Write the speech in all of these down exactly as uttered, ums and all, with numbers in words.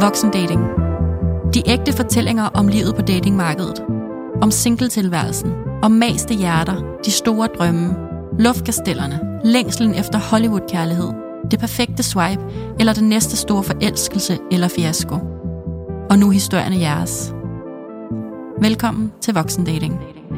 Voksendating. De ægte fortællinger om livet på datingmarkedet. Om singletilværelsen. Om maste hjerter. De store drømme. Luftkastellerne. Længslen efter Hollywood-kærlighed. Det perfekte swipe. Eller den næste store forelskelse eller fiasko. Og nu historierne jeres. Velkommen til Voksendating.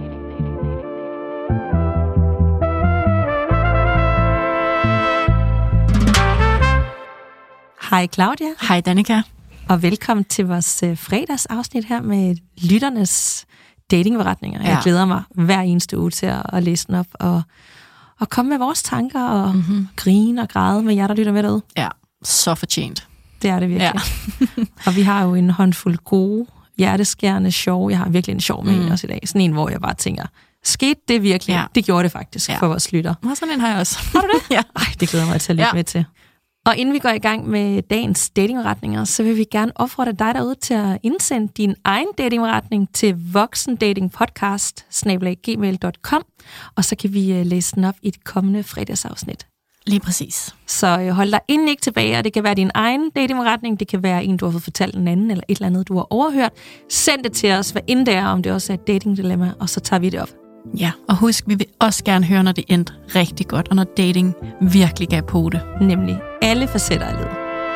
Hej Claudia. Hej Danika. Og velkommen til vores øh, fredagsafsnit her med lytternes datingberetninger. Ja. Jeg glæder mig hver eneste uge til at, at læse den op og, og komme med vores tanker og mm-hmm. grine og græde med jer, der lytter med derude. Ja, så fortjent. Det er det virkelig. Ja. Og vi har jo en håndfuld gode, hjerteskærende sjove. Jeg har virkelig en sjov med mm. os i dag. Sådan en, hvor jeg bare tænker, skete det virkelig? Ja. Det gjorde det faktisk ja. for vores lytter. Og sådan en har jeg også. Har du det? Ja. Ej, det glæder mig til at lytte ja. med til. Og inden vi går i gang med dagens datingretninger, så vil vi gerne opfordre dig derude til at indsende din egen datingretning til voksendatingpodcast snabel-a gmail punktum com, og så kan vi læse den op i et kommende fredagsafsnit. Lige præcis. Så hold dig inden ikke tilbage, og det kan være din egen datingretning, det kan være en, du har fået fortalt en anden, eller et eller andet, du har overhørt. Send det til os, hvad end det er, om det også er et datingdilemma, og så tager vi det op. Ja, og husk, vi vil også gerne høre, når det endte rigtig godt, og når dating virkelig gav på det. Nemlig alle facetter af livet.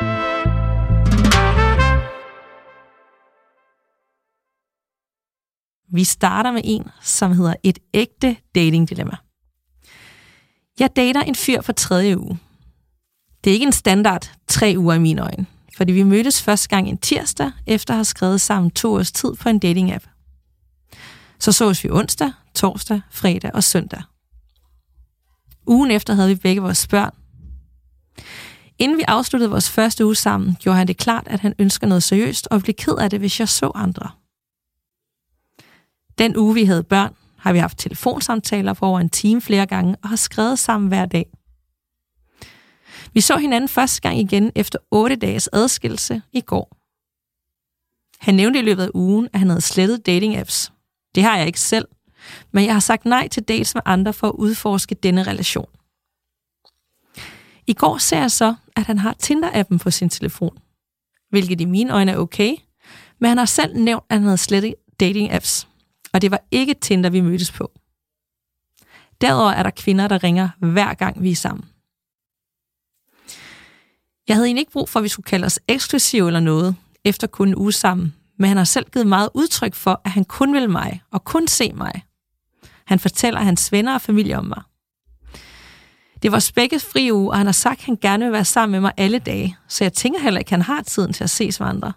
Vi starter med en, som hedder et ægte datingdilemma. Jeg dater en fyr for tredje uge. Det er ikke en standard tre uger i mine øjne, fordi vi mødtes første gang en tirsdag, efter at have skrevet sammen to års tid på en dating-app. Så sås vi onsdag, torsdag, fredag og søndag. Ugen efter havde vi begge vores børn. Inden vi afsluttede vores første uge sammen, gjorde han det klart, at han ønsker noget seriøst, og blev ked af det, hvis jeg så andre. Den uge, vi havde børn, har vi haft telefonsamtaler på over en time flere gange, og har skrevet sammen hver dag. Vi så hinanden første gang igen efter otte dages adskillelse i går. Han nævnte i løbet af ugen, at han havde slettet dating-apps. Det har jeg ikke selv, men jeg har sagt nej til dates med andre for at udforske denne relation. I går ser jeg så, at han har Tinder-appen på sin telefon, hvilket i mine øjne er okay, men han har selv nævnt, at han havde slettet dating-apps, og det var ikke Tinder, vi mødtes på. Derudover er der kvinder, der ringer hver gang vi er sammen. Jeg havde egentlig ikke brug for, at vi skulle kalde os eksklusive eller noget, efter kun en uge sammen, men han har selv givet meget udtryk for, at han kun vil mig og kun se mig. Han fortæller hans venner og familie om mig. Det var begges fri uge, og han har sagt, at han gerne vil være sammen med mig alle dage, så jeg tænker heller ikke, at han har tiden til at ses med andre.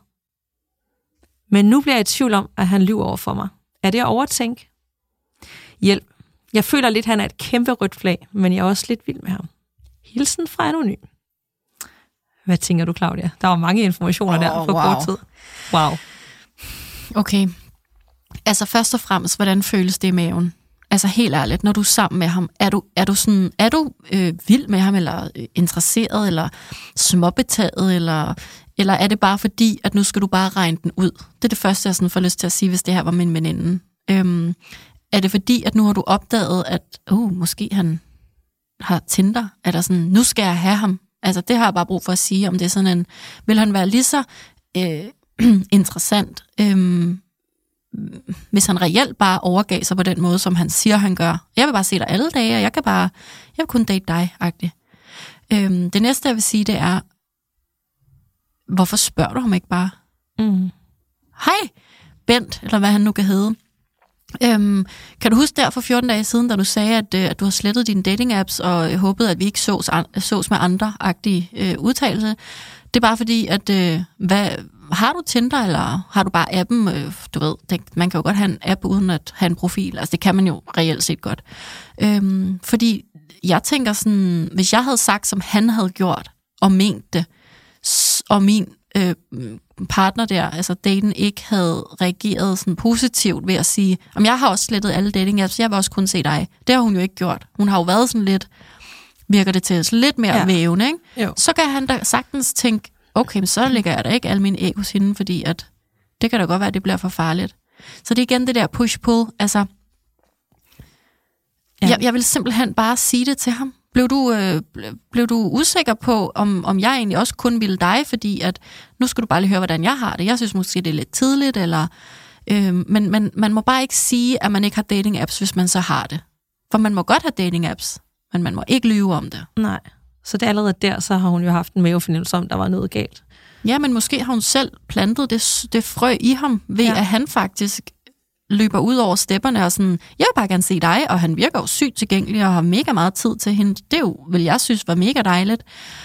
Men nu bliver jeg i tvivl om, at han lyver over for mig. Er det at overtænke? Hjælp. Jeg føler lidt, at han er et kæmpe rødt flag, men jeg er også lidt vild med ham. Hilsen fra Anonym. Hvad tænker du, Claudia? Der var mange informationer oh, der på wow. kort tid. Wow. Okay. Altså først og fremmest, hvordan føles det i maven? Altså helt ærligt, når du er sammen med ham, er du, er du, sådan, er du øh, vild med ham, eller øh, interesseret, eller småbetaget, eller, eller er det bare fordi, at nu skal du bare regne den ud? Det er det første, jeg sådan får lyst til at sige, hvis det her var min veninde. Øhm, er det fordi, at nu har du opdaget, at uh, måske han har Tinder? Er der sådan, nu skal jeg have ham? Altså det har jeg bare brug for at sige, om det er sådan en, vil han være lige så øh, interessant, øh, hvis han reelt bare overgav sig på den måde, som han siger, han gør. Jeg vil bare se dig alle dage, og jeg kan bare, jeg vil kun date dig-agtigt. Øhm, det næste, jeg vil sige, det er, hvorfor spørger du ham ikke bare? Mm. Hej, Bent, eller hvad han nu kan hedde. Øhm, kan du huske der for fjorten dage siden, da du sagde, at, at du har slettet dine dating-apps, og håbede, at vi ikke sås, an, sås med andre-agtige øh, udtalelse? Det er bare fordi, at øh, hvad, har du Tinder, eller har du bare appen? Øh, du ved, det, man kan jo godt have en app, uden at have en profil. Altså, det kan man jo reelt set godt. Øhm, fordi jeg tænker sådan, hvis jeg havde sagt, som han havde gjort, og ment det, og min øh, partner der, altså daten, ikke havde reageret sådan positivt ved at sige, om jeg har også slettet alle dating apps, jeg vil også kun se dig. Det har hun jo ikke gjort. Hun har jo været sådan lidt, virker det til, lidt mere ja. vævende, ikke? Så kan han da sagtens tænke, okay, men så lægger jeg da ikke alle mine æg hos hende, fordi at det kan da godt være, at det bliver for farligt. Så det er igen det der push-pull, altså, ja. jeg, jeg vil simpelthen bare sige det til ham. Blev du, øh, blev du usikker på, om, om jeg egentlig også kun ville dig, fordi at nu skal du bare lige høre, hvordan jeg har det. Jeg synes måske, det er lidt tidligt, eller, øh, men, men man må bare ikke sige, at man ikke har dating-apps, hvis man så har det. For man må godt have dating-apps, men man må ikke lyve om det. Nej, så det er allerede der, så har hun jo haft en mavefornemmelse om, der var noget galt. Ja, men måske har hun selv plantet det, det frø i ham, ved ja. at han faktisk løber ud over stepperne og sådan, jeg vil bare gerne se dig, og han virker jo sygt tilgængelig og har mega meget tid til hende. Det er jo, vil jeg synes, var mega dejligt.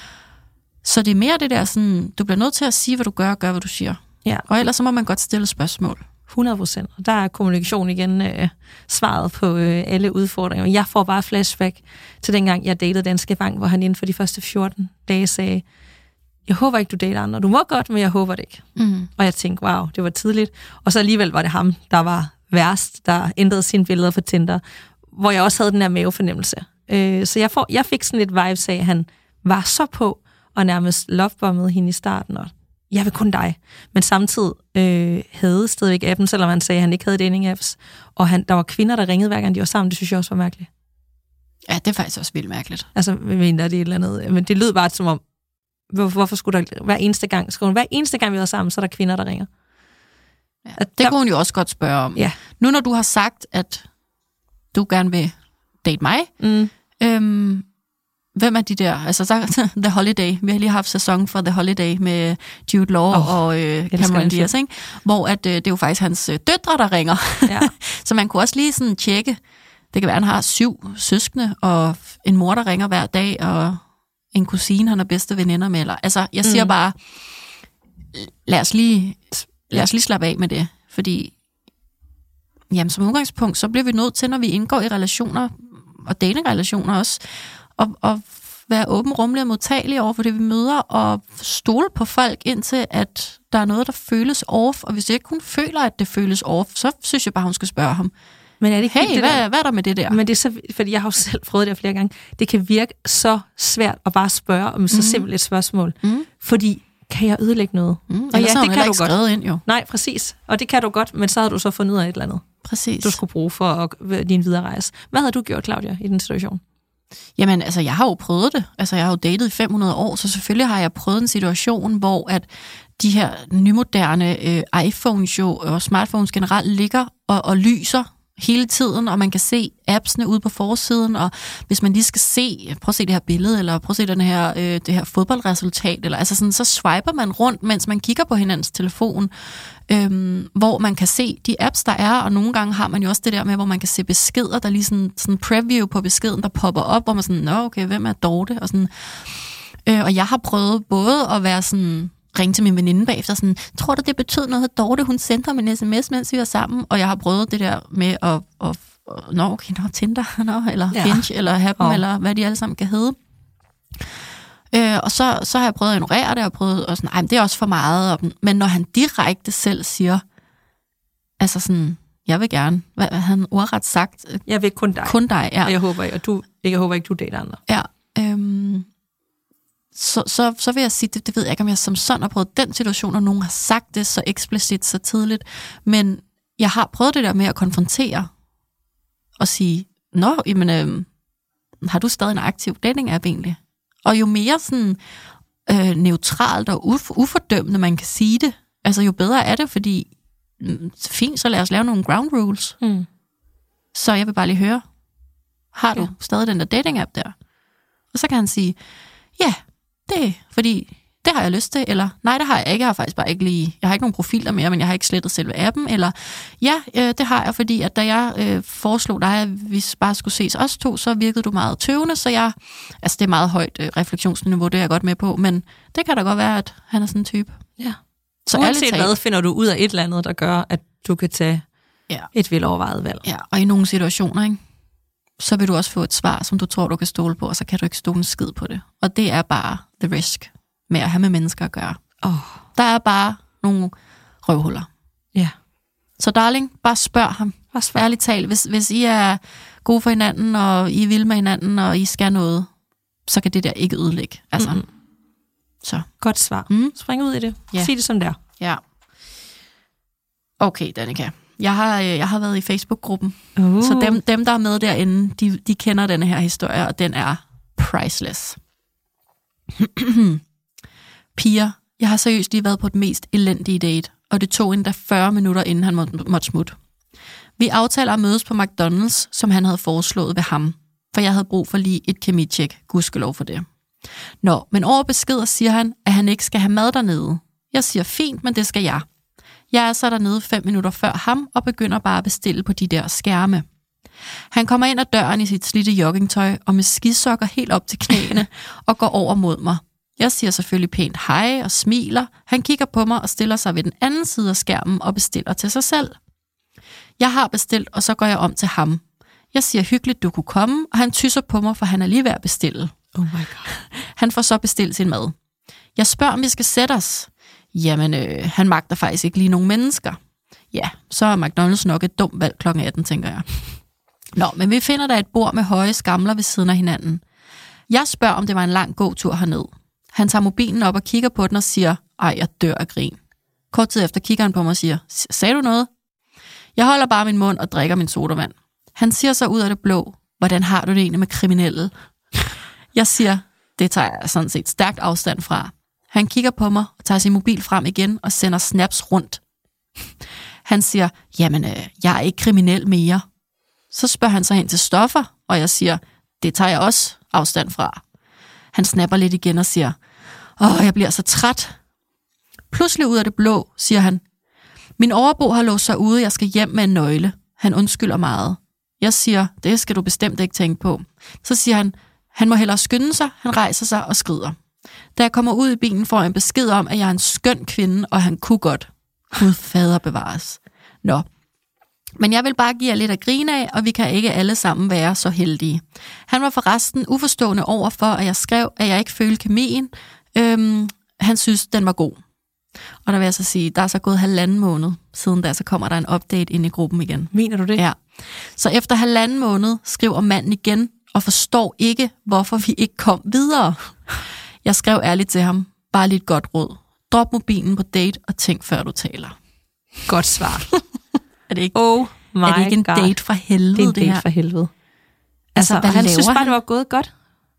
Så det er mere det der sådan, du bliver nødt til at sige, hvad du gør, og gør, hvad du siger. Ja. Og ellers så må man godt stille spørgsmål. hundrede procent. Der er kommunikation igen øh, svaret på øh, alle udfordringer. Jeg får bare flashback til dengang, jeg datede Danske Bank, hvor han inden for de første fjorten dage sagde, jeg håber ikke, du dater andre. Du må godt, men jeg håber det ikke. Mm. Og jeg tænkte, wow, det var tidligt. Og så alligevel var det ham, der var værst, der ændrede sine billeder for Tinder, hvor jeg også havde den her mavefornemmelse. Øh, så jeg, får, jeg fik sådan lidt vibes af, at han var så på, og nærmest lovebombede hende i starten, og jeg vil kun dig. Men samtidig øh, havde stadigvæk appen, selvom han sagde, at han ikke havde dating-apps. Og han, der var kvinder, der ringede hver gang de var sammen. Det synes jeg også var mærkeligt. Ja, det er faktisk også vildt mærkeligt. Altså, jeg mener, det er et eller andet. Men det lød bare som om, hvor, hvorfor skulle der hver eneste gang, skulle hun, hver eneste gang, vi var sammen, så er der kvinder, der ringer. Ja, det der, kunne hun jo også godt spørge om. Ja. Nu når du har sagt, at du gerne vil date mig, mm. øhm, hvem er de der? Altså, så, The Holiday. Vi har lige haft sæson for The Holiday med Jude Law oh, og øh, Cameron Diaz, ikke? Hvor at, øh, det er jo faktisk hans øh, døtre, der ringer. Ja. Så man kunne også lige sådan tjekke. Det kan være, at han har syv søskende, og en mor, der ringer hver dag, og en kusine, han er bedste veninder med. Eller, altså, jeg siger mm. bare, lad os, lige, lad os lige slappe af med det. Fordi, jamen, som udgangspunkt, så bliver vi nødt til, når vi indgår i relationer, og datingrelationer også, og, og være åben, rummelig og modtagelig over for det, vi møder, og stole på folk indtil, at der er noget, der føles off. Og hvis jeg ikke kun føler, at det føles off, så synes jeg bare, hun skal spørge ham. Men er det hey, det hvad, der? hvad er der med det der? Men det er så, fordi jeg har jo selv prøvet det flere gange. Det kan virke så svært at bare spørge om så mm. simpelt et spørgsmål. Mm. Fordi, kan jeg ødelægge noget? Mm. Og ja, det kan du godt. Ind, jo. Nej, præcis. Og det kan du godt, men så havde du så fundet ud af et eller andet. Præcis. Du skulle bruge for at, din videre rejse. Hvad havde du gjort, Claudia, i den situation? Jamen, altså, jeg har jo prøvet det. Altså, jeg har jo datet i fem hundrede år, så selvfølgelig har jeg prøvet en situation, hvor at de her nymoderne øh, iPhones jo, og smartphones generelt ligger og, og lyser hele tiden, og man kan se appsene ude på forsiden, og hvis man lige skal se, prøv at se det her billede, eller prøv at se den her, øh, det her fodboldresultat, eller altså sådan, så swiper man rundt, mens man kigger på hinandens telefon, øhm, hvor man kan se de apps, der er, og nogle gange har man jo også det der med, hvor man kan se beskeder, der lige sådan, sådan preview på beskeden, der popper op, hvor man sådan, nå okay, hvem er Dorte? Og, sådan, øh, og jeg har prøvet både at være sådan, ringe til min veninde bagefter, sådan, tror du, det betød noget, at Dorte, hun sendte mig en sms, mens vi var sammen, og jeg har prøvet det der med at, at, at nå, okay, nå, Tinder, nå, eller ja. Hinge, eller Happen, oh. eller hvad de alle sammen kan hedde. Øh, og så, så har jeg prøvet at ignorere det, og prøvet at sådan, ej, men det er også for meget, men når han direkte selv siger, altså sådan, jeg vil gerne, hvad har han ordret sagt? Jeg vil kun dig. Kun dig, ja. Og jeg håber, og du, jeg håber ikke, du dater andre. Ja, øhm, Så, så, så vil jeg sige, det, det ved jeg ikke, om jeg som sådan har prøvet den situation, og nogen har sagt det så eksplicit, så tidligt, men jeg har prøvet det der med at konfrontere og sige, nå, jamen, øh, har du stadig en aktiv dating-app egentlig? Og jo mere sådan øh, neutralt og uf- ufordømmende man kan sige det, altså jo bedre er det, fordi mm, fint, så lad os lave nogle ground rules. Mm. Så jeg vil bare lige høre, har du ja. stadig den der dating-app der? Og så kan han sige, ja, yeah, det, fordi det har jeg lyst til, eller nej, det har jeg ikke, jeg har faktisk bare ikke lige, jeg har ikke nogen profiler mere, men jeg har ikke slettet selve appen, eller ja, øh, det har jeg, fordi at da jeg øh, foreslog dig, at vi bare skulle ses os to, så virkede du meget tøvende, så jeg, altså det er meget højt øh, refleksionsniveau, det er jeg godt med på, men det kan da godt være, at han er sådan en type. Ja. Så uanset hvad, finder du ud af et eller andet, der gør, at du kan tage ja. et velovervejet valg. Ja, og i nogle situationer, ikke? Så vil du også få et svar, som du tror, du kan stole på, og så kan du ikke stole en skid på det. Og det er bare the risk med at have med mennesker at gøre. Oh. Der er bare nogle røvhuller. Ja. Yeah. Så darling, bare spørg ham. Bare spørg. Ærligt talt, hvis, hvis I er gode for hinanden, og I vil med hinanden, og I skal noget, så kan det der ikke ødelægge. Altså. Mm-hmm. Så. Godt svar. Mm. Spring ud i det. Yeah. Sig det som det er. Ja. Okay, Danika. Jeg har, jeg har været i Facebook-gruppen, uh. så dem, dem, der er med derinde, de, de kender denne her historie, og den er priceless. Piger, jeg har seriøst lige været på den mest elendige date, og det tog endda fyrre minutter, inden han må, måtte smutte. Vi aftaler at mødes på McDonald's, som han havde foreslået ved ham, for jeg havde brug for lige et kemitjek, gudskelov for det. Nå, men over beskeder siger han, at han ikke skal have mad dernede. Jeg siger fint, men det skal jeg. Jeg er så dernede fem minutter før ham, og begynder bare at bestille på de der skærme. Han kommer ind ad døren i sit slidte joggingtøj, og med skisokker helt op til knæene, og går over mod mig. Jeg siger selvfølgelig pænt hej og smiler. Han kigger på mig og stiller sig ved den anden side af skærmen og bestiller til sig selv. Jeg har bestilt, og så går jeg om til ham. Jeg siger hyggeligt, du kunne komme, og han tysser på mig, for han er lige ved at bestille. Oh my god. Han får så bestilt sin mad. Jeg spørger, om vi skal sætte os. Jamen, øh, han magter faktisk ikke lige nogen mennesker. Ja, så er McDonald's nok et dumt valg klokken atten, tænker jeg. Nå, men vi finder der et bord med høje skamler ved siden af hinanden. Jeg spørger, om det var en lang gåtur herned. Han tager mobilen op og kigger på den og siger, ej, jeg dør af grin. Kort tid efter kigger han på mig og siger, sagde du noget? Jeg holder bare min mund og drikker min sodavand. Han siger så ud af det blå, hvordan har du det egentlig med kriminelle? Jeg siger, det tager jeg sådan set stærkt afstand fra. Han kigger på mig og tager sin mobil frem igen og sender snaps rundt. Han siger, jamen, øh, jeg er ikke kriminel mere. Så spørger han sig hen til stoffer, og jeg siger, det tager jeg også afstand fra. Han snapper lidt igen og siger, åh, jeg bliver så træt. Pludselig ud af det blå, siger han, min overbo har låst sig ude, jeg skal hjem med en nøgle. Han undskylder meget. Jeg siger, det skal du bestemt ikke tænke på. Så siger han, han må hellere skynde sig, han rejser sig og skrider. Da jeg kommer ud i bilen, får jeg en besked om, at jeg er en skøn kvinde, og han kunne godt. Gud fader bevares. Nå. Men jeg vil bare give jer lidt at grine af, og vi kan ikke alle sammen være så heldige. Han var forresten uforstående over for, at jeg skrev, at jeg ikke følte kemien. Øhm, han synes, den var god. Og der vil jeg så sige, der er så gået halvanden måned siden da, så kommer der en update ind i gruppen igen. Mener du det? Ja. Så efter halvanden måned skriver manden igen, og forstår ikke, hvorfor vi ikke kom videre. Jeg skrev ærligt til ham, bare lidt godt råd. Drop mobilen på date, og tænk før du taler. Godt svar. Er det ikke, oh my er det ikke en God. date for helvede, det er en date det her? for helvede. Altså, Altså, hvad han laver synes bare, han? det var gået godt.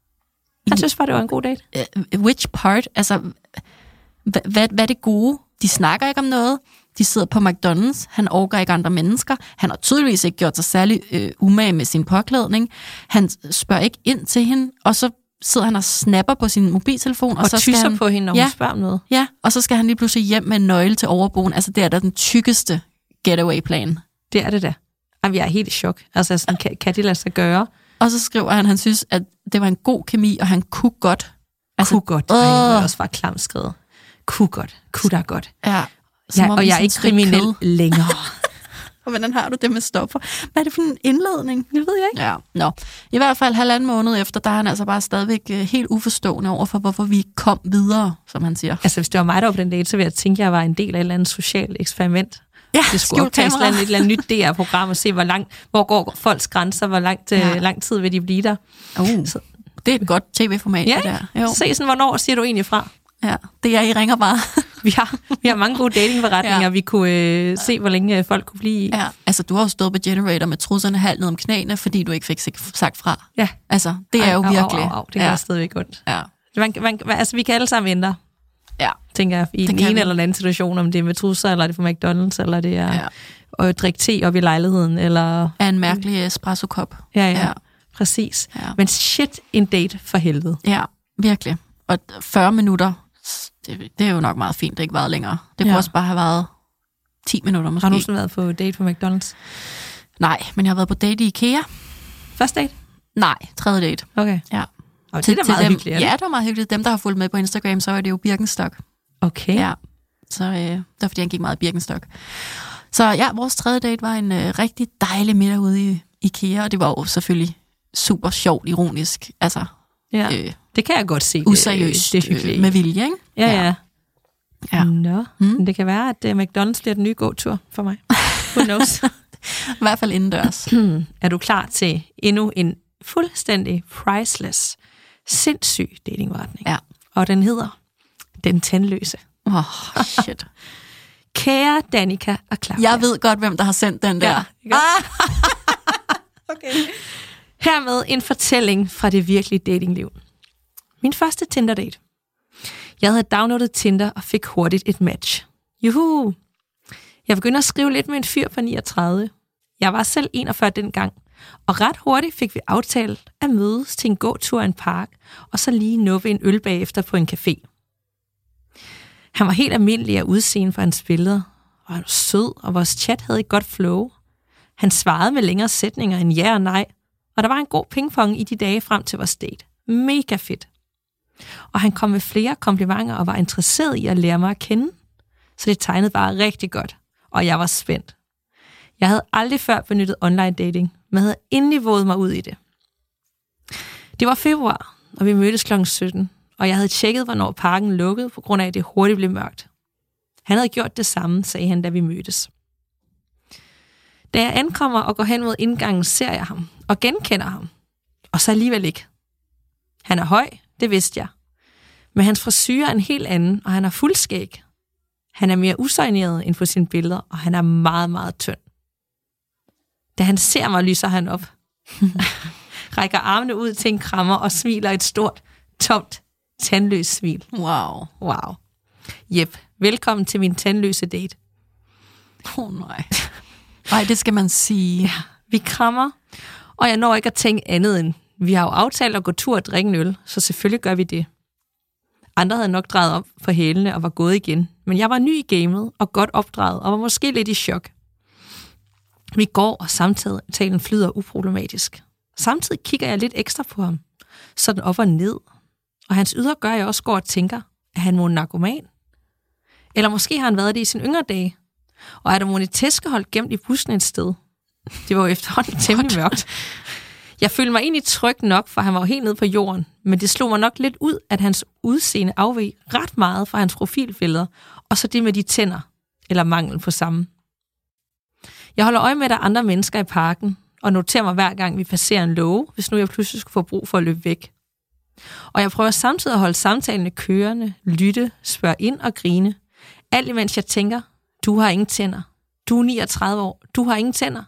Han synes bare, det var en god date. Uh, which part? Altså, hvad, hvad, hvad er det gode? De snakker ikke om noget. De sidder på McDonald's. Han overgår ikke andre mennesker. Han har tydeligvis ikke gjort sig særlig øh, umage med sin påklædning. Han spørger ikke ind til hende, og så sidder han og snapper på sin mobiltelefon. Og, Og så skal tysser han, på hende, når ja, hun spørger om noget. Ja, og så skal han lige pludselig hjem med en nøgle til overboen. Altså, det er da den tykkeste getaway-plan. Det er det da. Jamen, jeg er helt i chok. Altså, sådan, kan, kan det lade sig gøre? Og så skriver han, at han synes, at det var en god kemi, og han kunne godt. Altså, kunne godt. Ej, det var også bare klamt skrevet. Kunne godt. Kunne da godt. Ja, ja og jeg er ikke kriminel kød. Længere. Og hvordan har du det med stoffer? Hvad er det for en indledning? Det ved jeg ikke. Ja, nå. I hvert fald halvanden måned efter, der er han altså bare stadigvæk helt uforstående over for, hvorfor vi ikke kom videre, som han siger. Altså, hvis det var mig, der var på den date, så ville jeg tænke, at jeg var en del af et eller andet socialt eksperiment. Ja, det skulle optages et eller andet nyt D R-program og se, hvor, lang, hvor går folks grænser, hvor langt, ja. øh, lang tid vil de blive der. Uh, så, det er et godt tv-format, ja, det der. Jo. Se sådan, hvornår siger du egentlig fra? Ja, det er, I ringer bare. vi, har, vi har mange gode datingforretninger, ja. Vi kunne øh, se, hvor længe folk kunne blive i. Ja, altså du har jo stået på Generator med trusserne halvt ned om knæene, fordi du ikke fik sagt fra. Ja. Altså, det er ej, jo au, virkelig. Au, au, au. Det er ja. Stadigvæk ondt. Ja. Man, man, altså, vi kan alle sammen ændre. Ja. Tænker jeg, i den ene vi. Eller den anden situation, om det er med trusser, eller det er for McDonald's, eller det er ja. At drikke te op i lejligheden, eller... Er en mærkelig espresso-kop. Ja, ja, ja. Præcis. Ja. Men shit, en date for helvede. Ja, virkelig. Og fyrre minutter, det, det er jo nok meget fint, det ikke været længere. Det kunne ja. Også bare have været ti minutter måske. Har du sådan været på date på McDonald's? Nej, men jeg har været på date i IKEA. Første date? Nej, tredje date. Okay. Ja. Og det er da meget dem, hyggeligt. Ja, det var meget hyggeligt. Dem, der har fulgt med på Instagram, så er det jo Birkenstock. Okay. Ja, så øh, det var fordi, han gik meget i Birkenstock. Så ja, vores tredje date var en øh, rigtig dejlig middag ude i IKEA, og det var jo selvfølgelig super sjovt, ironisk. Altså, ja, øh, det kan jeg godt se. Useriøst, det, det øh, med vilje, ikke? Ja, ja. ja. Nå, mm. det kan være, at uh, McDonald's bliver den nye gåtur for mig. Who knows? I hvert fald indendørs. Er du klar til endnu en fuldstændig priceless, sindssyg datingretning? Ja. Og den hedder Den Tandløse. Åh, oh, shit. Kære Danica og Claudia. Jeg ved godt, hvem der har sendt den der. Ja, ah! okay. Hermed en fortælling fra det virkelige datingliv. Min første Tinder-date. Jeg havde downloadet Tinder og fik hurtigt et match. Juhu! Jeg begyndte at skrive lidt med en fyr på niogtredive. Jeg var selv enogfyrre dengang, og ret hurtigt fik vi aftalt at mødes til en gåtur i en park, og så lige nuppe en øl bagefter på en café. Han var helt almindelig af udseende for hans billeder, og han var sød, og vores chat havde et godt flow. Han svarede med længere sætninger end ja og nej, og der var en god pingpong i de dage frem til vores date. Mega fedt. Og han kom med flere komplimenter og var interesseret i at lære mig at kende, så det tegnede bare rigtig godt, og jeg var spændt. Jeg havde aldrig før benyttet online dating, men havde endelig våget mig ud i det. Det var februar, og vi mødtes klokken sytten, og jeg havde tjekket, hvornår parken lukkede, på grund af, at det hurtigt blev mørkt. Han havde gjort det samme, sagde han, da vi mødtes. Da jeg ankommer og går hen mod indgangen, ser jeg ham og genkender ham, og så alligevel ikke. Han er høj, det vidste jeg, men hans frisyre er en helt anden, og han har fuld skæg. Han er mere usøjneret end på sine billeder, og han er meget, meget tynd. Da han ser mig, lyser han op, rækker armene ud til en krammer og smiler et stort, tomt, tandløst smil. Wow. Wow. Jep, velkommen til min tandløse date. Åh oh, nej. Nej, det skal man sige. Ja, vi krammer, og jeg når ikke at tænke andet end, vi har jo aftalt at gå tur og drikke en øl, så selvfølgelig gør vi det. Andre havde nok drejet op for hælene og var gået igen, men jeg var ny i gamet og godt opdraget og var måske lidt i chok. Vi går, og samtalen flyder uproblematisk. Samtidig kigger jeg lidt ekstra på ham, sådan op og ned, og hans ydre gør, jeg også går og tænker, at han må en narkoman. Eller måske har han været det i sin yngre dage, og er der mon et tæskehold gemt i bussen et sted. Det var jo efterhånden temmelig mørkt. Jeg følte mig egentlig tryg nok, for han var jo helt nede på jorden, men det slog mig nok lidt ud, at hans udseende afveg ret meget fra hans profilbilleder, og så det med de tænder, eller manglen på samme. Jeg holder øje med, at der er andre mennesker i parken, og noterer mig hver gang, vi passerer en låge, hvis nu jeg pludselig skulle få brug for at løbe væk. Og jeg prøver samtidig at holde samtalene kørende, lytte, spørge ind og grine. Alt imens jeg tænker, du har ingen tænder. Du er niogtredive år. Du har ingen tænder.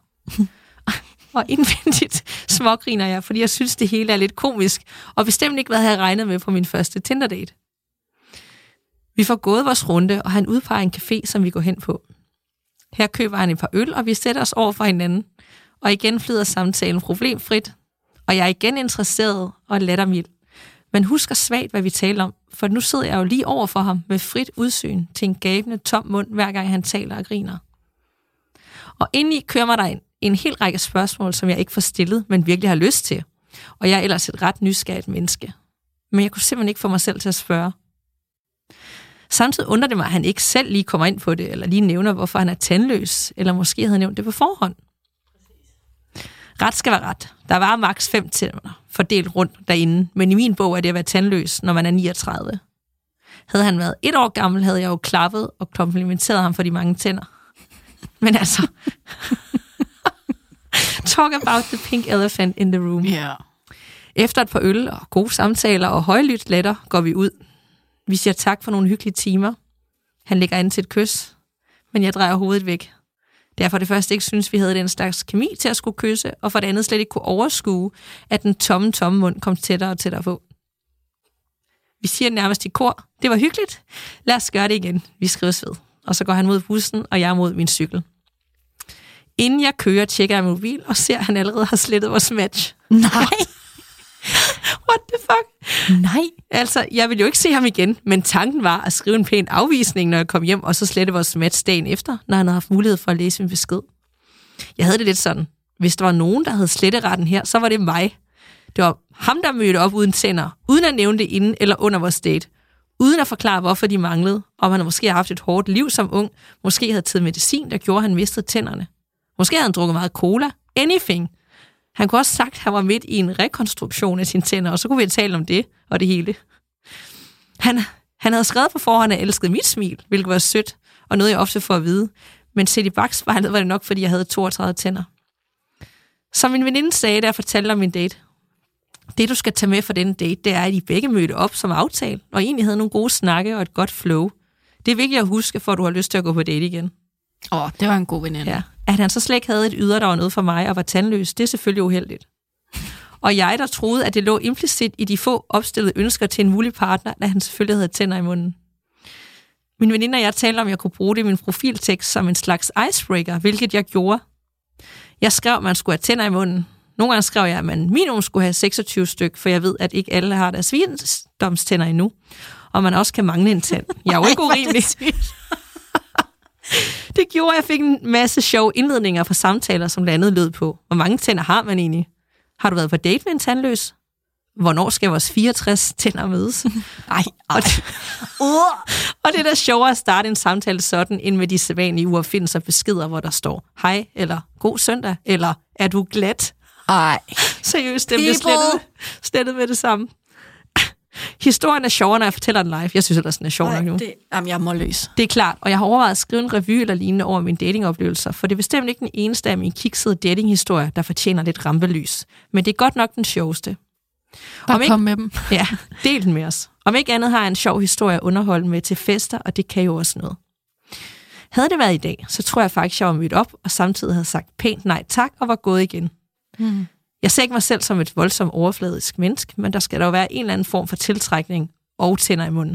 Og indvendigt smågriner jeg, fordi jeg synes, det hele er lidt komisk, og bestemt ikke, hvad jeg havde regnet med på min første Tinder-date. Vi får gået vores runde, og han udpeger en café, som vi går hen på. Her køber han et par øl, og vi sætter os over for hinanden. Og igen flyder samtalen problemfrit, og jeg er igen interesseret og lattermild. Men husker svagt, hvad vi taler om, for nu sidder jeg jo lige over for ham med frit udsyn til en gabende tom mund, hver gang han taler og griner. Og indeni kører mig der en, en hel række spørgsmål, som jeg ikke får stillet, men virkelig har lyst til. Og jeg er ellers et ret nysgerrigt menneske. Men jeg kunne simpelthen ikke få mig selv til at spørge. Samtidig undrer det mig, at han ikke selv lige kommer ind på det, eller lige nævner, hvorfor han er tandløs, eller måske havde nævnt det på forhånd. Ret skal være ret. Der var maks fem tænder fordelt rundt derinde, men i min bog er det at være tandløs, når man er niogtredive. Havde han været et år gammel, havde jeg jo klappet og komplimenteret ham for de mange tænder. Men altså, talk about the pink elephant in the room. Yeah. Efter et par øl og gode samtaler og højlydt latter går vi ud. Vi siger tak for nogle hyggelige timer. Han lægger an til et kys, men jeg drejer hovedet væk. Derfor det første ikke synes, vi havde den slags kemi til at skulle kysse, og for det andet slet ikke kunne overskue, at den tomme, tomme mund kom tættere og tættere på. Vi siger nærmest i kor, det var hyggeligt, lad os gøre det igen, vi skrives ved. Og så går han mod bussen, og jeg mod min cykel. Inden jeg kører, tjekker jeg min mobil, og ser, at han allerede har slettet vores match. Nej! What the fuck? Nej. Altså, jeg ville jo ikke se ham igen, men tanken var at skrive en pæn afvisning, når jeg kom hjem, og så slette vores match dagen efter, når han havde haft mulighed for at læse min besked. Jeg havde det lidt sådan, hvis der var nogen, der havde sletteretten her, så var det mig. Det var ham, der mødte op uden tænder, uden at nævne det inden eller under vores date, uden at forklare, hvorfor de manglede, om han måske havde haft et hårdt liv som ung, måske havde taget medicin, der gjorde, at han mistede tænderne. Måske havde han drukket meget cola, anything. Han kunne også sagt, at han var midt i en rekonstruktion af sine tænder, og så kunne vi tale om det og det hele. Han, han havde skrevet på forhånd, at jeg elskede mit smil, hvilket var sødt, og noget jeg ofte får at vide. Men set i bagspejlet var det nok, fordi jeg havde toogtredive tænder. Som min veninde sagde, da jeg fortalte om min date. Det, du skal tage med for denne date, det er, at I begge mødte op som aftale, og egentlig havde nogle gode snakke og et godt flow. Det er vigtigt at huske, for at du har lyst til at gå på date igen. Åh, oh, det var en god veninde. Ja. At han så slet ikke havde et ydre, der var noget for mig, og var tandløs, det er selvfølgelig uheldigt. Og jeg, der troede, at det lå implicit i de få opstillede ønsker til en mulig partner, da han selvfølgelig havde tænder i munden. Min veninde og jeg talte om, at jeg kunne bruge det i min profiltekst som en slags icebreaker, hvilket jeg gjorde. Jeg skrev, at man skulle have tænder i munden. Nogle gange skrev jeg, at man minimum skulle have seksogtyve styk, for jeg ved, at ikke alle har deres svigersdomstænder endnu. Og man også kan mangle en tand. Jeg er jo ikke urimelig. Det gjorde, at jeg fik en masse sjove indledninger fra samtaler, som blandt andet lød på. Hvor mange tænder har man egentlig? Har du været på date med en tandløs? Hvornår skal vores fireogtres tænder mødes? Ej, ej. Og det er da sjovere at starte en samtale sådan, end med de sædvanlige uopfindelser beskeder, hvor der står hej, eller god søndag, eller er du glat? Ej. Seriøst, det bliver slettet, slettet med det samme. Historien er sjovere, når jeg fortæller den live. Jeg synes ellers, den er sjov nok nu. Det, jamen, jeg må løs. Det er klart, og jeg har overvejet at skrive en revue eller lignende over mine datingoplevelser, for det er bestemt ikke den eneste af mine kiksede datinghistorier, der fortjener lidt rampelys. Men det er godt nok den sjoveste. Bare Om kom ikke, med dem. Ja, del den med os. Om ikke andet har jeg en sjov historie at underholde med til fester, og det kan jo også noget. Havde det været i dag, så tror jeg faktisk, jeg var mødt op, og samtidig havde sagt pænt nej tak, og var gået igen. Hmm. Jeg ser ikke mig selv som et voldsomt overfladisk menneske, men der skal der jo være en eller anden form for tiltrækning og tænder i munden.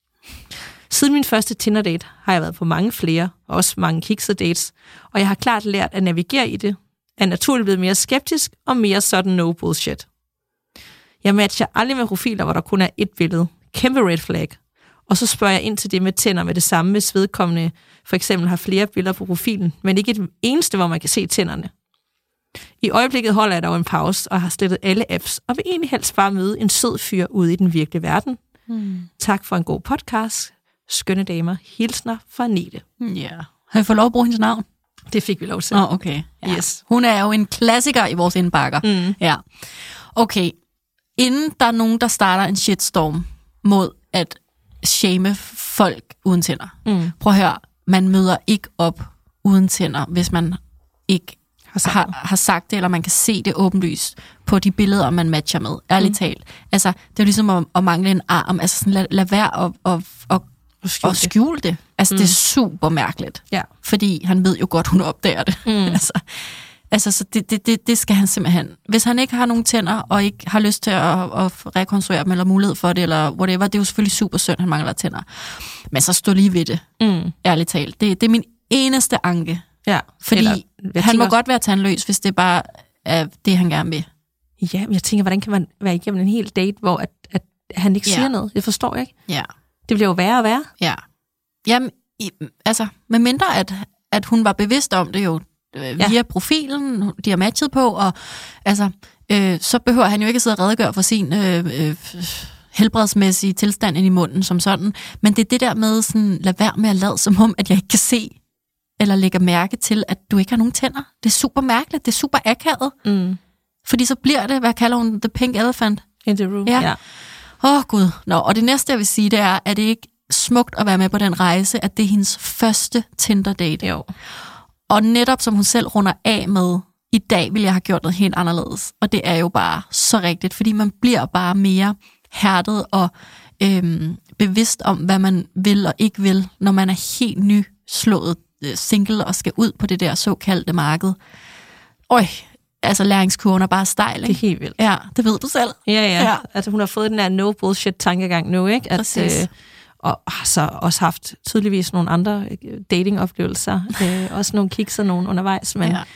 Siden min første Tinder-date har jeg været på mange flere, også mange kiksede dates, og jeg har klart lært at navigere i det, er naturligt blevet mere skeptisk og mere sådan no bullshit. Jeg matcher aldrig med profiler, hvor der kun er et billede. Kæmpe red flag. Og så spørger jeg ind til det med tænder med det samme, hvis vedkommende for eksempel har flere billeder på profilen, men ikke et eneste, hvor man kan se tænderne. I øjeblikket holder jeg dog en pause og har slettet alle apps, og vil egentlig helst bare møde en sød fyr ude i den virkelige verden. Hmm. Tak for en god podcast. Skønne damer. Hilsner fra Nete. Ja. Yeah. Har I fået lov at bruge hendes navn? Det fik vi lov til. Åh, oh, okay. Ja. Yes. Hun er jo en klassiker i vores indbakker. Mm. Ja. Okay. Inden der er nogen, der starter en shitstorm mod at shame folk uden tænder. Mm. Prøv at høre. Man møder ikke op uden tænder, hvis man ikke har sagt, har, har sagt det, eller man kan se det åbenlyst på de billeder, man matcher med. Ærligt mm. talt. Altså, det er jo ligesom at, at mangle en arm. Altså, sådan, lad, lad være at, at, at, at, skjule, at skjule det. Altså, mm. det er super mærkeligt. Ja. Fordi han ved jo godt, hun opdager det. Mm. altså, altså, så det, det, det, det skal han simpelthen. Hvis han ikke har nogen tænder, og ikke har lyst til at, at rekonstruere dem, eller mulighed for det, eller whatever, det er jo selvfølgelig super synd, han mangler tænder. Men så stå lige ved det. Mm. Ærligt talt. Det, det er min eneste anke. Ja, fordi eller, han må også godt være tandløs, hvis det bare er det, han gerne vil. Ja, men jeg tænker, hvordan kan man være igennem en hel date, hvor at, at han ikke ja. siger noget? Det forstår jeg ikke. Ja. Det bliver jo værre og værre. Ja. Jamen, i, altså, med mindre at, at hun var bevidst om det jo, øh, via ja. profilen, de har matchet på, og altså, øh, så behøver han jo ikke sidde og redegøre for sin øh, øh, helbredsmæssige tilstand ind i munden som sådan. Men det er det der med, sådan, lad være med at lade som om, at jeg ikke kan se, eller lægger mærke til, at du ikke har nogen tænder. Det er super mærkeligt, det er super akavet. Mm. Fordi så bliver det, hvad kalder hun, the pink elephant? In the room, ja. Åh, ja. oh, gud. Nå, og det næste, jeg vil sige, det er, at det ikke smukt at være med på den rejse, at det er hendes første Tinder-date. Jo. Og netop som hun selv runder af med, i dag ville jeg have gjort noget helt anderledes. Og det er jo bare så rigtigt, fordi man bliver bare mere hærdet og øhm, bevidst om, hvad man vil og ikke vil, når man er helt nyslået single og skal ud på det der såkaldte marked. Øj, altså læringskurven er bare stejl, ikke? Det er helt vildt. Ja, det ved du selv. Ja, ja. ja. Altså hun har fået den der no bullshit tankegang nu, ikke? At, Præcis. Øh, og har så også haft tydeligvis nogle andre datingoplevelser. øh, også nogle kikser nogen undervejs, men ja.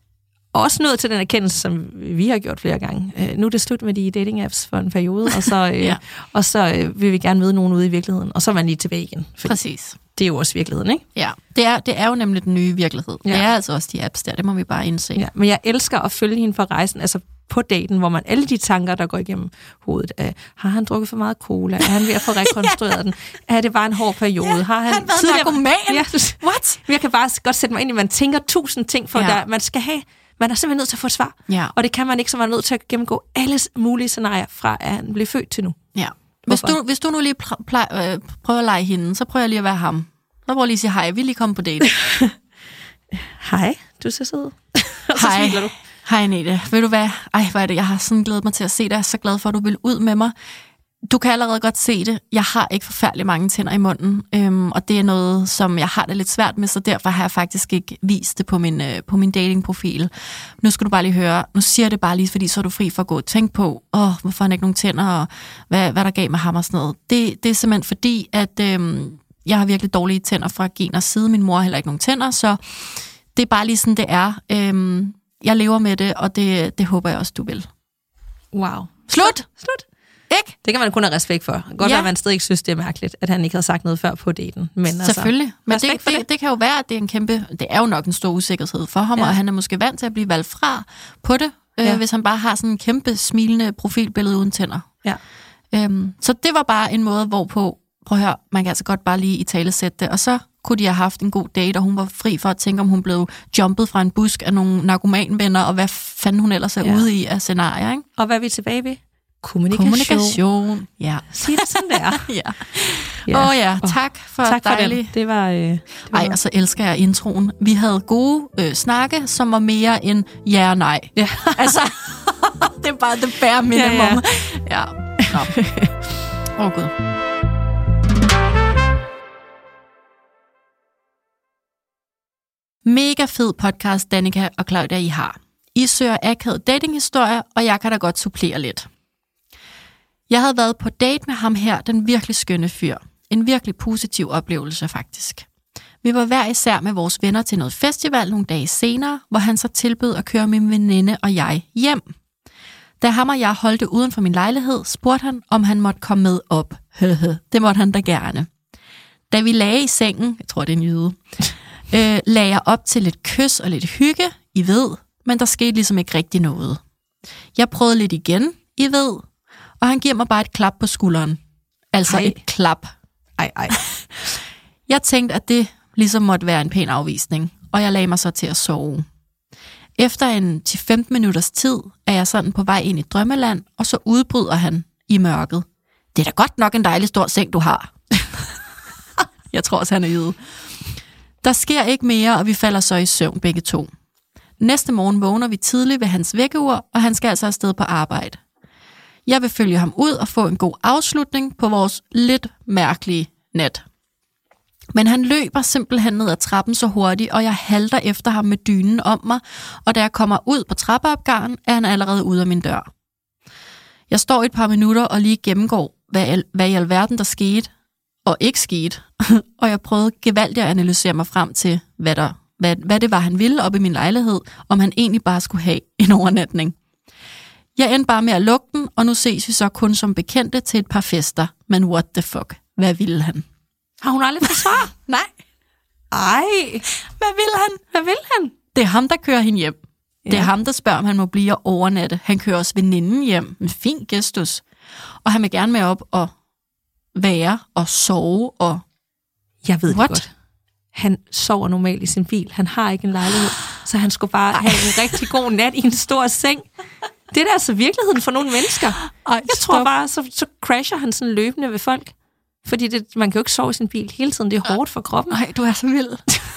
også nået til den erkendelse, som vi har gjort flere gange. Øh, nu er det slut med de dating-apps for en periode, og så, øh, ja. og så øh, vil vi gerne møde nogen ude i virkeligheden, og så er man lige tilbage igen. Præcis. Det er jo også virkeligheden, ikke? Ja, det er, det er jo nemlig den nye virkelighed. Ja. Det er altså også de apps der, det må vi bare indse. Ja, men jeg elsker at følge hende for rejsen, altså på daten, hvor man alle de tanker, der går igennem hovedet, er, har han drukket for meget cola? Er han ved at få rekonstrueret ja. den? Er det bare en hård periode? Ja, har han, han været narkoman? Ja. What? Jeg kan bare godt sætte mig ind i, man tænker tusind ting, for ja. der, man skal have, man er simpelthen nødt til at få et svar. Ja. Og det kan man ikke, så man er nødt til at gennemgå alle mulige scenarier fra, at han blev født til nu. Ja. Hvis du, hvis du nu lige pl- øh, prøver at lege hende, så prøver jeg lige at være ham. Så prøver jeg lige at sige hej, vi er lige kommet på date. Hej, du ser sød. Og så hej. smiler du. Hej Nete, ved du hvad? Ej, hvad er det? Jeg har sådan glædet mig til at se dig. Jeg er så glad for, at du vil ud med mig. Du kan allerede godt se det. Jeg har ikke forfærdelig mange tænder i munden, øhm, og det er noget, som jeg har det lidt svært med, så derfor har jeg faktisk ikke vist det på min, øh, på min datingprofil. Nu skal du bare lige høre, nu siger jeg det bare lige, fordi så er du fri for at gå og tænke på, åh, hvorfor har han ikke nogen tænder, og hvad, hvad der gav med ham og sådan noget. Det, det er simpelthen fordi, at øhm, jeg har virkelig dårlige tænder fra geners side. Min mor har heller ikke nogen tænder, så det er bare lige sådan, det er. Øhm, jeg lever med det, og det, det håber jeg også, du vil. Wow. Slut! Slut! Ikke? Det kan man kun have respekt for. Godt ja. være, at man stadig ikke synes, det er mærkeligt, at han ikke havde sagt noget før på daten. Men selvfølgelig. Altså, men det, det, det. det kan jo være, at det er en kæmpe... Det er jo nok en stor usikkerhed for ham, ja. og han er måske vant til at blive valgt fra på det, ja. øh, hvis han bare har sådan en kæmpe smilende profilbillede uden tænder. Ja. Øhm, så det var bare en måde, hvorpå... Prøv at høre, man kan altså godt bare lige i tale sætte det, og så kunne de have haft en god date, og hun var fri for at tænke, om hun blev jumpet fra en busk af nogle narkomanvenner, og hvad fanden hun ellers er ja. ude i af scenarier, ikke? Og hvad er vi tilbage ved? Kommunikation. Kommunikation, ja. Sig det sådan, det er. ja. Åh ja. Oh, ja, tak for tak for dejligt. Det. det var... Øh, det var Ej, og så elsker jeg introen. Vi havde gode øh, snakke, som var mere end ja og nej. Ja. altså, det er bare det bare minimum. Ja, ja. ja. Åh, oh, Gud. Mega fed podcast, Danica og Claudia, I har. I søger akavet datinghistorier, og jeg kan da godt supplere lidt. Jeg havde været på date med ham her, den virkelig skønne fyr. En virkelig positiv oplevelse, faktisk. Vi var hver især med vores venner til noget festival nogle dage senere, hvor han så tilbød at køre min veninde og jeg hjem. Da ham og jeg holdt uden for min lejlighed, spurgte han, om han måtte komme med op. Det måtte han da gerne. Da vi lagde i sengen, jeg tror det er en jyde, øh, lagde jeg op til lidt kys og lidt hygge, I ved, men der skete ligesom ikke rigtig noget. Jeg prøvede lidt igen, I ved, og han giver mig bare et klap på skulderen. Altså ej. et klap. Ej, ej. Jeg tænkte, at det ligesom måtte være en pæn afvisning, og jeg lagde mig så til at sove. Efter en ti til femten minutters tid er jeg sådan på vej ind i drømmeland, og så udbryder han i mørket. Det er da godt nok en dejlig stor seng, du har. Jeg tror også, han er jyde. Der sker ikke mere, og vi falder så i søvn begge to. Næste morgen vågner vi tidligt ved hans vækkeur, og han skal altså afsted på arbejde. Jeg vil følge ham ud og få en god afslutning på vores lidt mærkelige nat. Men han løber simpelthen ned ad trappen så hurtigt, og jeg halter efter ham med dynen om mig, og da jeg kommer ud på trappeopgangen, er han allerede ude af min dør. Jeg står et par minutter og lige gennemgår, hvad, hvad i alverden der skete, og ikke skete, og jeg prøvede gevaldigt at analysere mig frem til, hvad, der, hvad, hvad det var, han ville op i min lejlighed, om han egentlig bare skulle have en overnatning. Jeg endte bare med at lukke den, og nu ses vi så kun som bekendte til et par fester. Men what the fuck? Hvad ville han? Har hun aldrig fået svar? Nej. Ej. Hvad vil han? Hvad vil han? Det er ham, der kører hende hjem. Ja. Det er ham, der spørger, om han må blive og overnatte. Han kører også veninden hjem. En fin gestus. Og han vil gerne med op og være og sove og... Jeg ved what? det godt. Han sover normalt i sin bil. Han har ikke en lejlighed. Så han skulle bare Ej. have en rigtig god nat i en stor seng. Det er da altså virkeligheden for nogle mennesker. Ej, jeg tror stop. bare, så, så crasher han sådan løbende ved folk. Fordi det, man kan jo ikke sove i sin bil hele tiden. Det er hårdt for kroppen. Nej, du er så vild.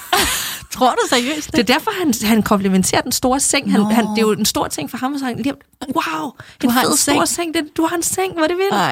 Tror du seriøst det? Det er derfor, han, han komplimenterer den store seng. Han, han, det er jo en stor ting for ham. Og så han lige, wow, du en har fed en stor seng. Det, du har en seng, hvor det vil. Nej.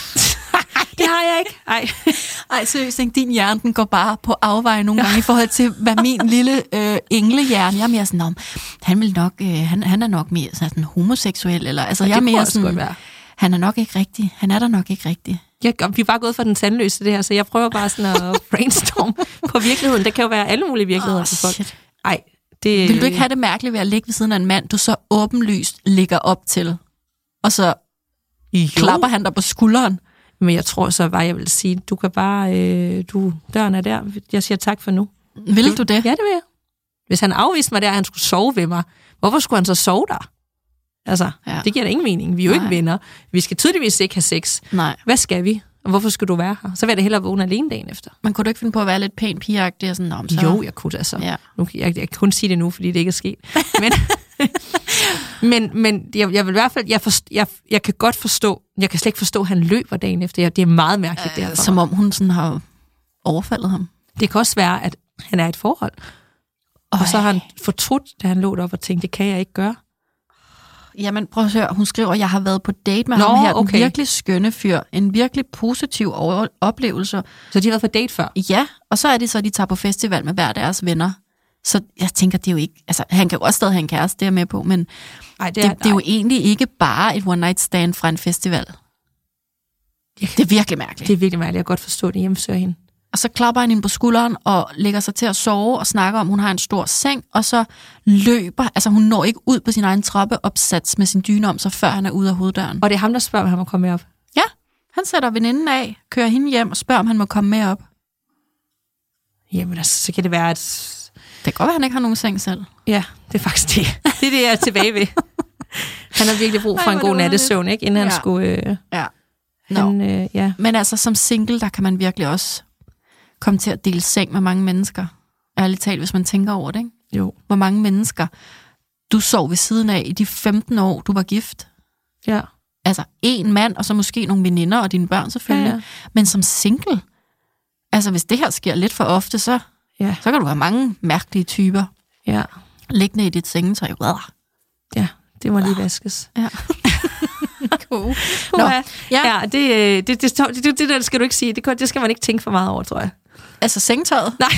Det har jeg ikke. Ej, Ej seriøst, din hjerne den går bare på afveje nogle gange i forhold til, hvad min lille øh, englehjerne. Jeg er mere sådan, om han vil nok, øh, han, han er nok mere sådan homoseksuel, eller altså, jeg er mere sådan, han er nok ikke rigtig, han er der nok ikke rigtig. Jeg, vi er bare gået for den tandløse det her, så jeg prøver bare sådan at brainstorm på virkeligheden. Det kan jo være alle mulige virkeligheder oh, for folk. Shit. Ej, det... Vil du ikke have det mærkeligt ved at ligge ved siden af en mand, du så åbenlyst ligger op til, og så jo. klapper han dig på skulderen? Men jeg tror så bare, jeg vil sige, du kan bare, øh, du, døren er der. Jeg siger tak for nu. Vil du det? Ja, det vil jeg. Hvis han afviste mig der, at han skulle sove ved mig, hvorfor skulle han så sove der? Altså, ja. Det giver da ingen mening. Vi er jo Nej. ikke venner. Vi skal tydeligvis ikke have sex. Nej. Hvad skal vi? Og hvorfor skal du være her? Så vil jeg da hellere vågne alene dagen efter. Man kunne du ikke finde på at være lidt pæn pigeagtig og sådan om så? Jo, jeg kunne da så. Ja. Nu, jeg, jeg kan kun sige det nu, fordi det ikke er sket. Men, men, men jeg, jeg vil i hvert fald, jeg, forst, jeg, jeg kan godt forstå, jeg kan slet ikke forstå, at han løber dagen efter. Det er meget mærkeligt. Øh, det her som om hun sådan har overfaldet ham. Det kan også være, at han er i et forhold. Øj. Og så har han fortrudt, da han lå op og tænkte, det kan jeg ikke gøre. Jamen, prøv at høre. Hun skriver, at jeg har været på date med Nå, ham her. En okay. virkelig skønne fyr. En virkelig positiv over- oplevelse. Så de har været på date før? Ja, og så er det så, at de tager på festival med hver deres venner. Så jeg tænker, det er jo ikke... Altså, han kan jo også stadig have en kæreste, det er jeg med på, men Ej, det, det, er, det, det er jo egentlig ikke bare et one-night stand fra en festival. Det er virkelig mærkeligt. Det er virkelig mærkeligt. Jeg kan godt forstå det. Hjemmesøger hende. Og så klapper han hende på skulderen og lægger sig til at sove og snakker om, at hun har en stor seng, og så løber, altså hun når ikke ud på sin egen trappeopsats med sin dyne om sig, før han er ude af hoveddøren. Og det er ham, der spørger, om han må komme med op? Ja, han sætter veninden af, kører hende hjem og spørger, om han må komme med op. Jamen altså, så kan det være, at... Det kan godt være, at han ikke har nogen seng selv. Ja, det er faktisk det. Det er det, jeg er tilbage ved. Han har virkelig brug for Ej, en god nattesøvn, ikke? Inden ja. han skulle... Øh, Ja. han, øh, ja. Men altså, som single, der kan man virkelig også komme til at dele seng med mange mennesker. Ærligt talt, hvis man tænker over det, ikke? Jo. Hvor mange mennesker du sov ved siden af i de femten år, du var gift. Ja. Altså, en mand, og så måske nogle veninder og dine børn selvfølgelig. Ja, ja. Men som single, altså hvis det her sker lidt for ofte, så, Ja. så kan du have mange mærkelige typer Ja. liggende i dit sengetøj. Ja, det må lige vaskes. Ja. Cool. Nå, Nå, ja, ja. det, det, det, det, det, det der skal du ikke sige. Det, det skal man ikke tænke for meget over, tror jeg. Altså sengetøjet? Nej.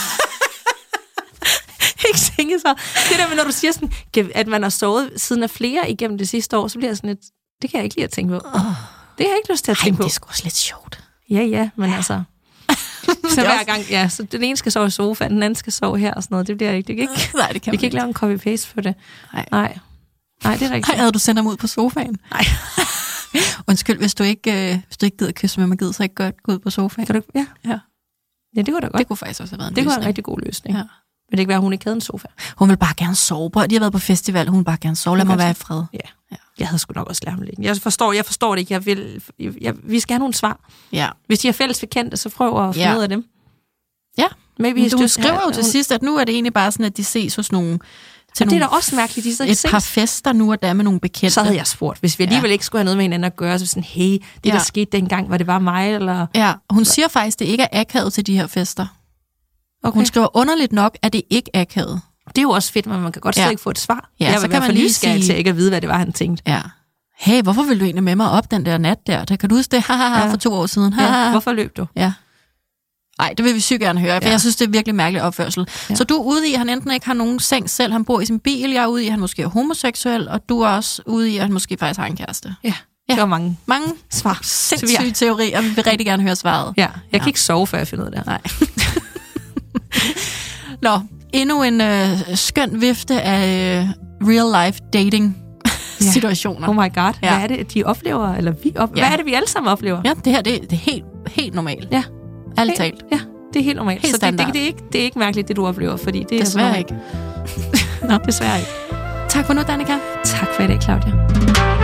Ikke tænke så. Det der med, når du siger sådan, at man har sovet siden af flere igennem det sidste år, så bliver jeg sådan lidt, det kan jeg ikke lide at tænke på. Oh. Det har jeg ikke lyst til at Ej, tænke på. det er sgu også lidt sjovt. Ja, ja, men ja. altså... Så hver også... gang, ja, så den ene skal sove i sofaen, den anden skal sove her og sådan noget. Det bliver ikke, det kan ikke, Nej, det kan vi kan ikke lave en copy-paste for det. Nej. Nej. Nej, det er rigtigt. Ej, havde du sendt ham ud på sofaen? Nej. Undskyld, hvis du ikke, øh, hvis du ikke gider kysse med mig, gider så ikke godt gå ud på sofaen. Kan du, ja. Ja. Ja, det kunne da godt. Det kunne faktisk også have været en det kunne løsning. være en rigtig god løsning. Ja. Men det kan ikke være, at hun ikke havde en sofa. Hun vil bare gerne sove. Prøv, de har været på festival, hun vil bare gerne sove. Lad mig være i fred. Ja. Ja. Jeg havde sgu nok også lært ham lidt. Jeg forstår, jeg forstår det ikke. Jeg vil, jeg, jeg, vi skal have nogle svar. Ja. Hvis de er fælles bekendte, så prøv at finde Ja. ud af dem. Ja. Maybe Men du just, skriver jo ja, til hun, sidst, at nu er det egentlig bare sådan, at de ses hos nogle... Til og det er nogle, da også mærkeligt, de så ikke et ses. par fester nu og der med nogle bekendte. Så havde jeg spurgt, hvis vi alligevel Ja. ikke skulle have noget med hinanden at gøre, så sådan, hey, det Ja. der skete dengang, var det bare mig, eller... Ja, hun siger faktisk, at det ikke er akavet til de her fester. Okay. Hun skriver underligt nok, at det ikke er akavet. Det er jo også fedt, men man kan godt Ja. slet ikke få et svar. Ja, jeg så var i kan hvert man fald lige nysgerrig sige- til ikke at vide, hvad det var, han tænkte. Ja. Hey, hvorfor vil du egentlig med mig op den der nat der? Der kan du huske det? Haha, Ja. for to år siden. Ja. Hvorfor løb du? Ja. Nej, det vil vi sygt gerne høre, for Ja. jeg synes, det er virkelig mærkelig opførsel. Ja. Så du er ude i, at han enten ikke har nogen seng selv, han bor i sin bil, jeg er ude i, at han måske er homoseksuel, og du er også ude i, at han måske faktisk har en kæreste. Ja, Ja. det var mange Mange svar. sindssyge teorier, vi vil rigtig gerne høre svaret. Ja, jeg Ja. kan ikke sove, før jeg finder ud af det. Nej. Nå, endnu en øh, skøn vifte af øh, real-life dating-situationer. Oh my god, Ja. hvad er det, de oplever, eller vi op- Ja. hvad er det, vi alle sammen oplever? Ja, det her det, det er helt, helt normalt. Ja. Ærligt talt. Ja, det er helt normalt. Helt så det, standard. det, det, er ikke, det er ikke mærkeligt, det du oplever, fordi det er Desværre sådan ikke. Nå, desværre ikke. Tak for nu, Danika. Tak for i dag, Claudia.